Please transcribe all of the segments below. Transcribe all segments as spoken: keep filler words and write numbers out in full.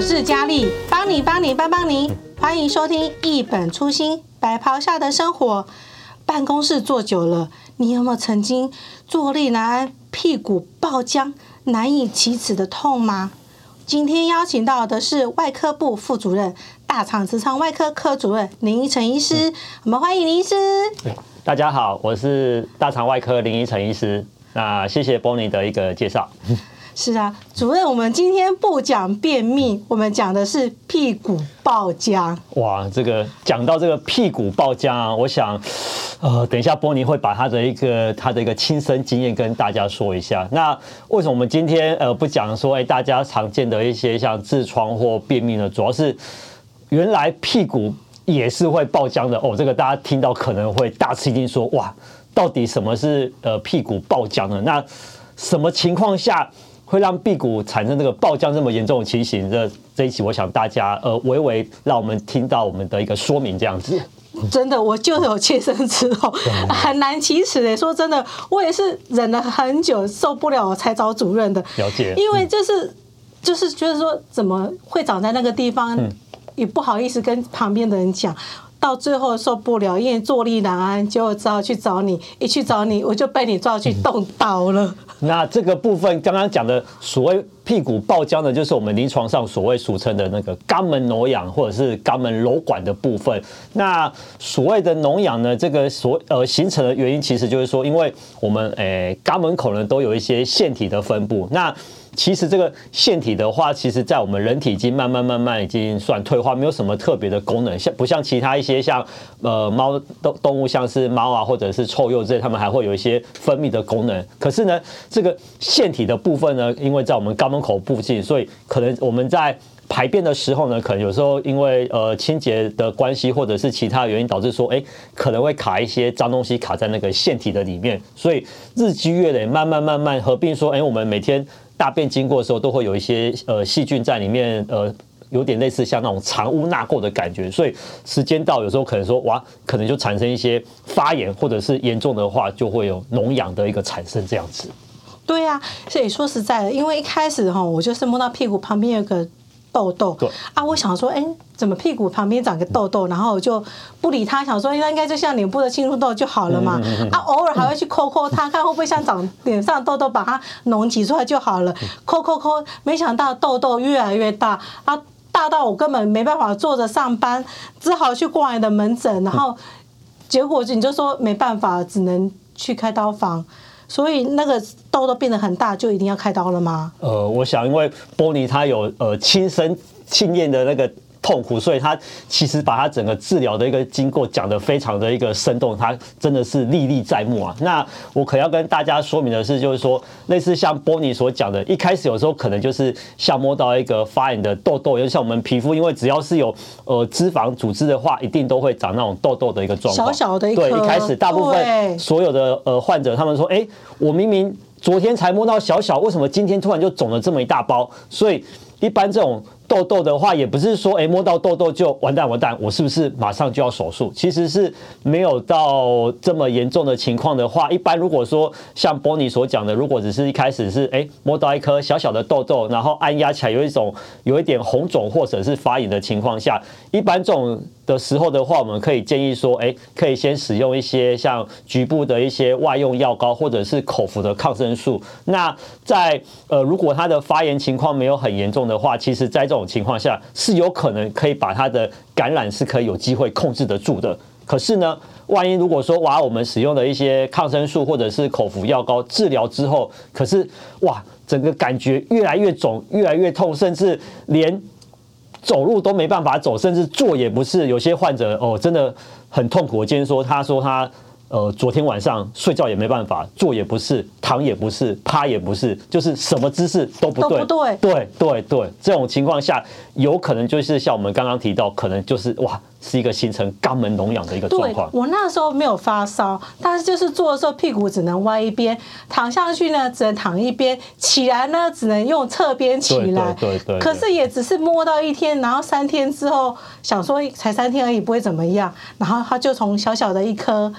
是佳丽，帮你帮你帮帮你，欢迎收听一本初心白袍下的生活。办公室坐久了，你有没有曾经坐立难安、屁股爆浆、难以启齿的痛吗？今天邀请到的是外科部副主任、大肠直肠外科科主任林依晨医师，我们欢迎林医师。 大家好，我是大肠外科林依晨医师。那谢谢 Bonnie 的一个介绍。 是啊，主任，我们今天不讲便秘，我们讲的是屁股爆浆。 哇，这个讲到这个屁股爆浆啊，我想，呃，等一下 Bonnie 会把他的一个他的一个亲身经验跟大家说一下。那为什么我们今天呃不讲说，哎，大家常见的一些像痔疮或便秘呢？主要是原来屁股也是会爆浆的哦。这个大家听到可能会大吃一惊，说哇，到底什么是呃屁股爆浆呢？那什么情况下会让屁股产生这个爆浆这么严重的情形？这这一期，我想大家呃，微微让我们听到我们的一个说明，这样子。 真的，我就有切身之痛，很难启齿的。说真的，我也是忍了很久，受不了我才找主任的。 了解。 因为就是就是觉得说，怎么会长在那个地方， 嗯、 也不好意思跟旁边的人讲。到最后受不了，因为坐立难安，结果只好去找你。一去找你，我就被你抓去动刀了。 那这个部分刚刚讲的所谓屁股爆浆的，就是我们临床上所谓俗称的那个肛门瘙痒或者是肛门瘘管的部分。那所谓的瘙痒呢，这个所呃形成的原因，其实就是说，因为我们诶肛门口呢都有一些腺体的分布。那其实这个腺体的话，其实在我们人体已经慢慢慢慢已经算退化，没有什么特别的功能，像不像其他一些像呃猫动动物，像是猫啊或者是臭鼬之类，它们还会有一些分泌的功能。可是呢，这个腺体的部分呢，因为在我们肛门口附近，所以可能我们在排便的时候呢，可能有时候因为呃清洁的关系，或者是其他原因导致说，哎，可能会卡一些脏东西卡在那个腺体的里面，所以日积月累，慢慢慢慢合并说，哎，我们每天大便经过的时候，都会有一些呃细菌在里面，呃，有点类似像那种藏污纳垢的感觉，所以时间到，有时候可能说哇，可能就产生一些发炎，或者是严重的话，就会有脓痒的一个产生这样子。 对呀、啊，所以说实在的，因为一开始哈，我就是摸到屁股旁边有个痘痘， 对啊，我想说，哎，怎么屁股旁边长个痘痘？然后我就不理他，想说那应该就像脸部的青春痘就好了嘛。嗯嗯嗯啊，偶尔还会去抠抠它，看会不会像长脸上痘痘，把它脓挤出来就好了。抠抠抠，没想到痘痘越来越大，啊，大到我根本没办法坐着上班，只好去挂你的门诊，然后结果你就说没办法，只能去开刀房。所以那个痘痘变得很大，就一定要开刀了吗？ 呃，我想因为波尼他有呃亲身经验的那个痛苦，所以他其实把他整个治疗的一个经过讲得非常的一个生动，他真的是历历在目啊。那我可要跟大家说明的是，就是说类似像波尼所讲的，一开始有时候可能就是像摸到一个发炎的痘痘，就像我们皮肤，因为只要是有呃脂肪组织的话，一定都会长那种痘痘的一个状况。 小小的一颗。 对，一开始大部分所有的呃患者，他们说，哎，我明明昨天才摸到小小，为什么今天突然就肿了这么一大包？所以一般这种痘痘的话，也不是说哎摸到痘痘就完蛋完蛋，我是不是马上就要手术？其实是没有到这么严重的情况的话，一般如果说像 Bonnie 所讲的，如果只是一开始是哎摸到一颗小小的痘痘，然后按压起来有一种有一点红肿或者是发炎的情况下，一般这种的时候的话，我们可以建议说，哎，可以先使用一些像局部的一些外用药膏，或者是口服的抗生素。那在呃，如果它的发炎情况没有很严重的话，其实在这种情况下是有可能可以把它的感染是可以有机会控制得住的。可是呢，万一如果说哇，我们使用的一些抗生素或者是口服药膏治疗之后，可是哇，整个感觉越来越肿，越来越痛，甚至连走路都没办法走，甚至坐也不是。有些患者哦，真的很痛苦。我今天说，他说他呃，昨天晚上睡觉也没办法，坐也不是，躺也不是，趴也不是，就是什么姿势都不对。 都不对。 对对对，这种情况下，有可能就是像我们刚刚提到，可能就是哇，是一个形成肛门脓痒的一个状况。 对，我那时候没有发烧，但是就是坐的时候屁股只能歪一边，躺下去呢只能躺一边，起来呢只能用侧边起来。 对对 对, 对, 对。 可是也只是摸到一天，然后三天之后想说才三天而已，不会怎么样，然后它就从小小的一颗变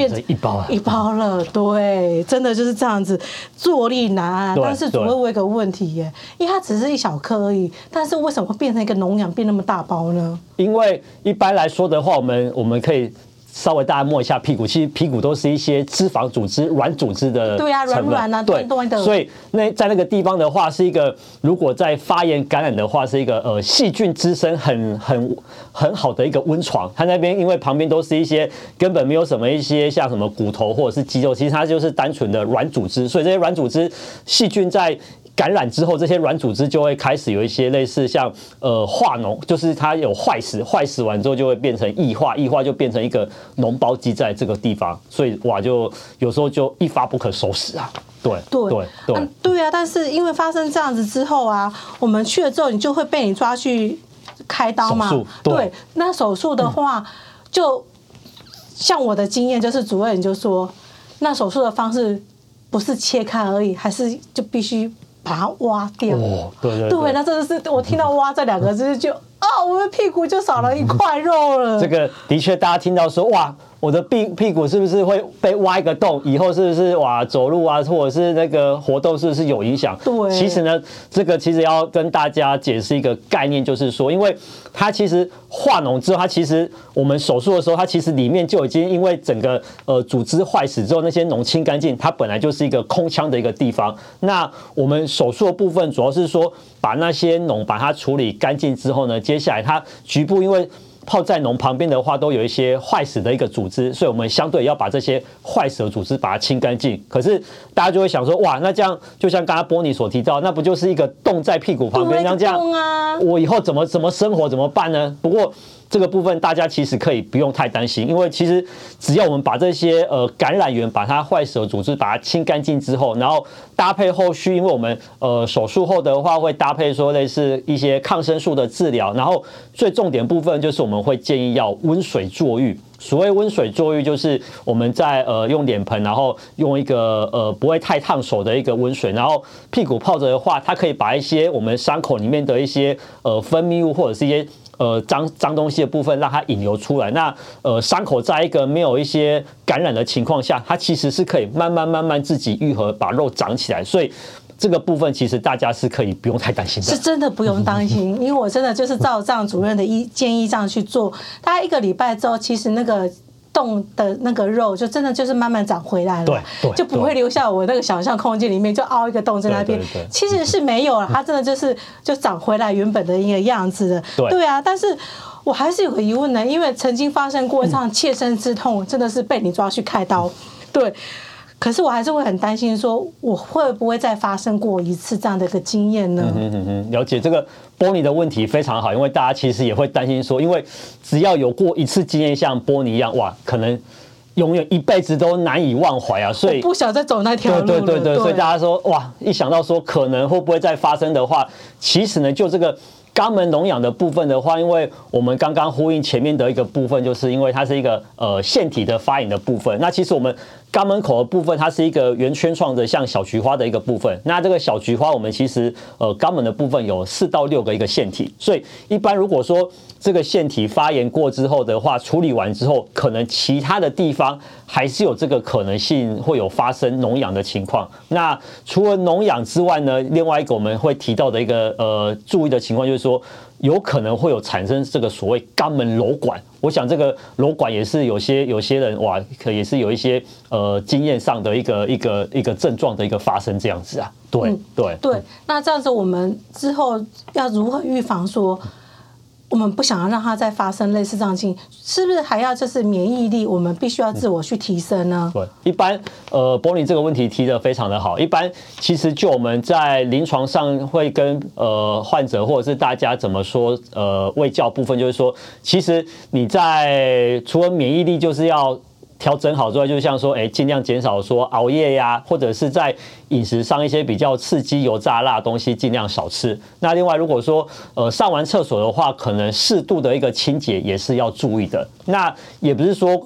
变成一包了， 一包了，对，真的就是这样子，坐立难安。但是主会问一个问题耶，因为它只是一小颗而已，但是为什么会变成一个脓疡变那么大包呢？ 因为一般来说的话，我们我们可以稍微大家摸一下屁股，其实屁股都是一些脂肪组织、软组织的成分， 对啊，软软啊，对， 所以那在那个地方的话，是一个如果在发炎感染的话，是一个呃细菌滋生很很很好的一个温床。它那边因为旁边都是一些根本没有什么一些像什么骨头或者是肌肉，其实它就是单纯的软组织，所以这些软组织细菌在感染之后，这些软组织就会开始有一些类似像呃化脓，就是它有坏死，坏死完之后就会变成异化，异化就变成一个脓包积在这个地方，所以哇，就有时候就一发不可收拾啊。对对对对、 嗯、对啊！但是因为发生这样子之后啊，我们去了之后，你就会被你抓去开刀嘛。 手术 对, 对，那手术的话，嗯、就像我的经验，就是主任就说，那手术的方式不是切开而已，还是就必须把它挖掉。 哦，对对 对, 对，那真的是我听到挖这两个字就啊，我的屁股就少了一块肉了。 这个的确，大家听到说哇，我的屁屁股是不是会被挖一个洞？以后是不是哇走路啊，或者是那个活动是不是有影响？ 对， 其实呢，这个其实要跟大家解释一个概念，就是说，因为它其实化脓之后，它其实我们手术的时候，它其实里面就已经因为整个呃组织坏死之后，那些脓清干净，它本来就是一个空腔的一个地方。那我们手术的部分主要是说把那些脓把它处理干净之后呢，接下来它局部因为泡在脓旁边的话，都有一些坏死的一个组织，所以我们相对要把这些坏死的组织把它清干净。可是大家就会想说，哇，那这样就像刚刚波尼所提到，那不就是一个洞在屁股旁边？那这样，我以后怎么怎么生活怎么办呢？不过这个部分大家其实可以不用太担心，因为其实只要我们把这些呃感染源把它坏死的组织把它清干净之后，然后搭配后续，因为我们呃手术后的话会搭配说类似一些抗生素的治疗，然后最重点部分就是我们会建议要温水坐浴。所谓温水坐浴，就是我们在呃用脸盆，然后用一个呃不会太烫手的一个温水，然后屁股泡着的话，它可以把一些我们伤口里面的一些呃分泌物或者是一些呃脏脏东西的部分让它引流出来。那呃伤口在一个没有一些感染的情况下，它其实是可以慢慢慢慢自己愈合，把肉长起来。所以这个部分其实大家是可以不用太担心的， 是真的不用担心，因为我真的就是照这样主任的一建议这样去做，大概一个礼拜之后，其实那个洞的那个肉就真的就是慢慢长回来了， 对对， 就不会留下我那个想象空间里面就凹一个洞在那边，其实是没有了，它真的就是就长回来原本的一个样子的，对对啊，但是我还是有个疑问呢，因为曾经发生过这样切身之痛，真的是被你抓去开刀，对。可是我还是会很担心，说我会不会再发生过一次这样的一个经验呢？ 嗯嗯嗯，了解这个波尼的问题非常好，因为大家其实也会担心说，因为只要有过一次经验，像波尼一样，哇，可能永远一辈子都难以忘怀啊，所以我不想再走那条路了。 对对对对，所以大家说哇，一想到说可能会不会再发生的话，其实呢，就这个肛门脓疡的部分的话，因为我们刚刚呼应前面的一个部分，就是因为它是一个呃腺体的发炎的部分。那其实我们肛门口的部分，它是一个圆圈状的像小菊花的一个部分。那这个小菊花，我们其实呃肛门的部分有四到六个一个腺体，所以一般如果说这个腺体发炎过之后的话，处理完之后，可能其他的地方还是有这个可能性会有发生脓疡的情况。那除了脓疡之外呢，另外一个我们会提到的一个呃注意的情况就是说，有可能会有产生这个所谓肛门瘘管。我想这个瘘管也是有些有些人哇，可也是有一些呃经验上的一个一个一个症状的一个发生这样子啊。对、嗯、对对，那这样子我们之后要如何预防说？我们不想要让它再发生类似这样的情形，是不是还要就是免疫力，我们必须要自我去提升呢？ 对，一般呃，波尼这个问题提得非常的好。一般其实就我们在临床上会跟呃患者或者是大家怎么说呃卫教部分，就是说，其实你在除了免疫力就是要调整好之外，就像说，哎，尽量减少说熬夜呀，或者是在饮食上一些比较刺激、油炸辣的东西，尽量少吃。那另外，如果说呃上完厕所的话，可能适度的一个清洁也是要注意的。那也不是说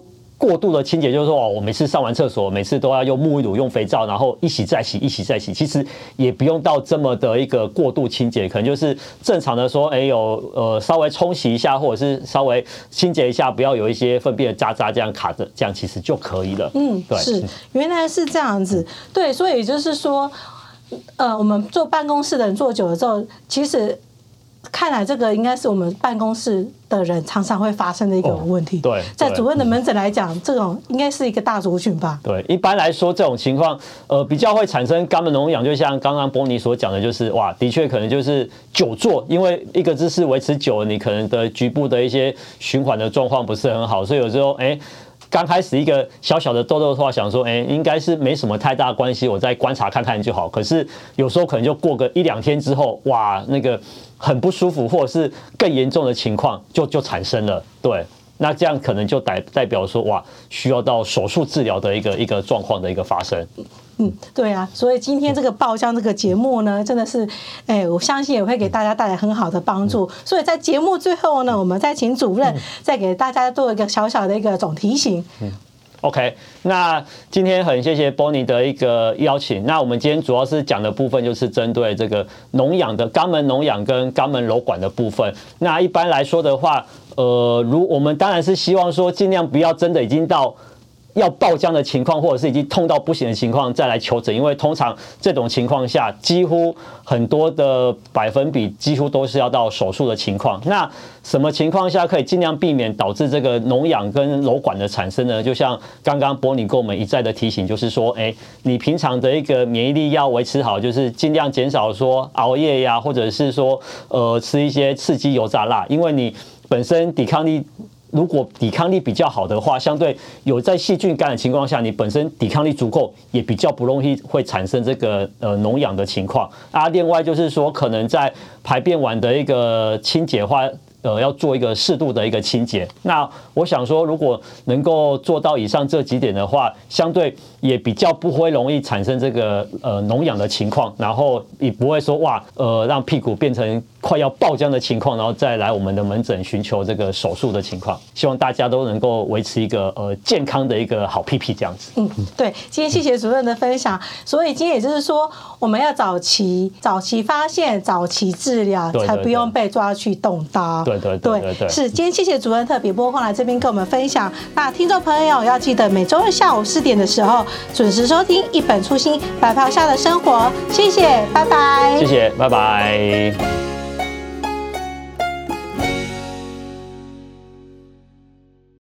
过度的清洁，就是说哦，我每次上完厕所，每次都要用沐浴乳、用肥皂，然后一洗再洗，一洗再洗。其实也不用到这么的一个过度清洁，可能就是正常的说，哎，有呃稍微冲洗一下，或者是稍微清洁一下，不要有一些粪便的渣渣这样卡着，这样其实就可以了。 嗯，对，是，原来是这样子。对，所以也就是说，呃，我们坐办公室的人坐久了之后，其实。看来这个应该是我们办公室的人常常会发生的一个问题。 哦、对， 在主任的门诊来讲，这种应该是一个大族群吧？ 对，一般来说这种情况，呃，比较会产生肛门脓疡，就像刚刚波尼所讲的，就是哇，的确可能就是久坐，因为一个姿势维持久了，你可能的局部的一些循环的状况不是很好，所以有时候哎。刚开始一个小小的痘痘的话，想说，哎、欸，应该是没什么太大关系，我再观察看看就好。可是有时候可能就过个一两天之后，哇，那个很不舒服，或者是更严重的情况就就产生了。对，那这样可能就代代表说，哇，需要到手术治疗的一个一个状况的一个发生。 嗯，对啊，所以今天这个爆浆这个节目呢，真的是，哎，我相信也会给大家带来很好的帮助。所以在节目最后呢，我们再请主任再给大家做一个小小的一个总提醒。 嗯 OK， 那今天很谢谢 Bonnie 的一个邀请。那我们今天主要是讲的部分就是针对这个脓疡的肛门脓疡跟肛门瘘管的部分。那一般来说的话，呃，如我们当然是希望说尽量不要真的已经到要爆浆的情况，或者是已经痛到不行的情况再来求诊，因为通常这种情况下，几乎很多的百分比几乎都是要到手术的情况。那什么情况下可以尽量避免导致这个脓疡跟瘘管的产生呢？就像刚刚波尼跟我们一再的提醒，就是说，哎，你平常的一个免疫力要维持好，就是尽量减少说熬夜呀，或者是说呃吃一些刺激油炸辣，因为你本身抵抗力。如果抵抗力比较好的话，相对有在细菌感染情况下，你本身抵抗力足够，也比较不容易会产生这个呃脓疡的情况啊。另外就是说，可能在排便完的一个清洁话。呃，要做一个适度的一个清洁。那我想说，如果能够做到以上这几点的话，相对也比较不会容易产生这个呃脓疡的情况，然后也不会说哇，呃，让屁股变成快要爆浆的情况，然后再来我们的门诊寻求这个手术的情况。希望大家都能够维持一个呃健康的一个好屁屁这样子。 嗯，对，今天谢谢主任的分享。所以今天也就是说，我们要早期、早期发现、早期治疗，才不用被抓去动刀。 对对对对对， 是。今天谢谢主任特别拨空来这边跟我们分享。那听众朋友要记得每周二下午四点的时候准时收听《一本初心白袍下的生活》。谢谢，拜拜。 谢谢，拜拜。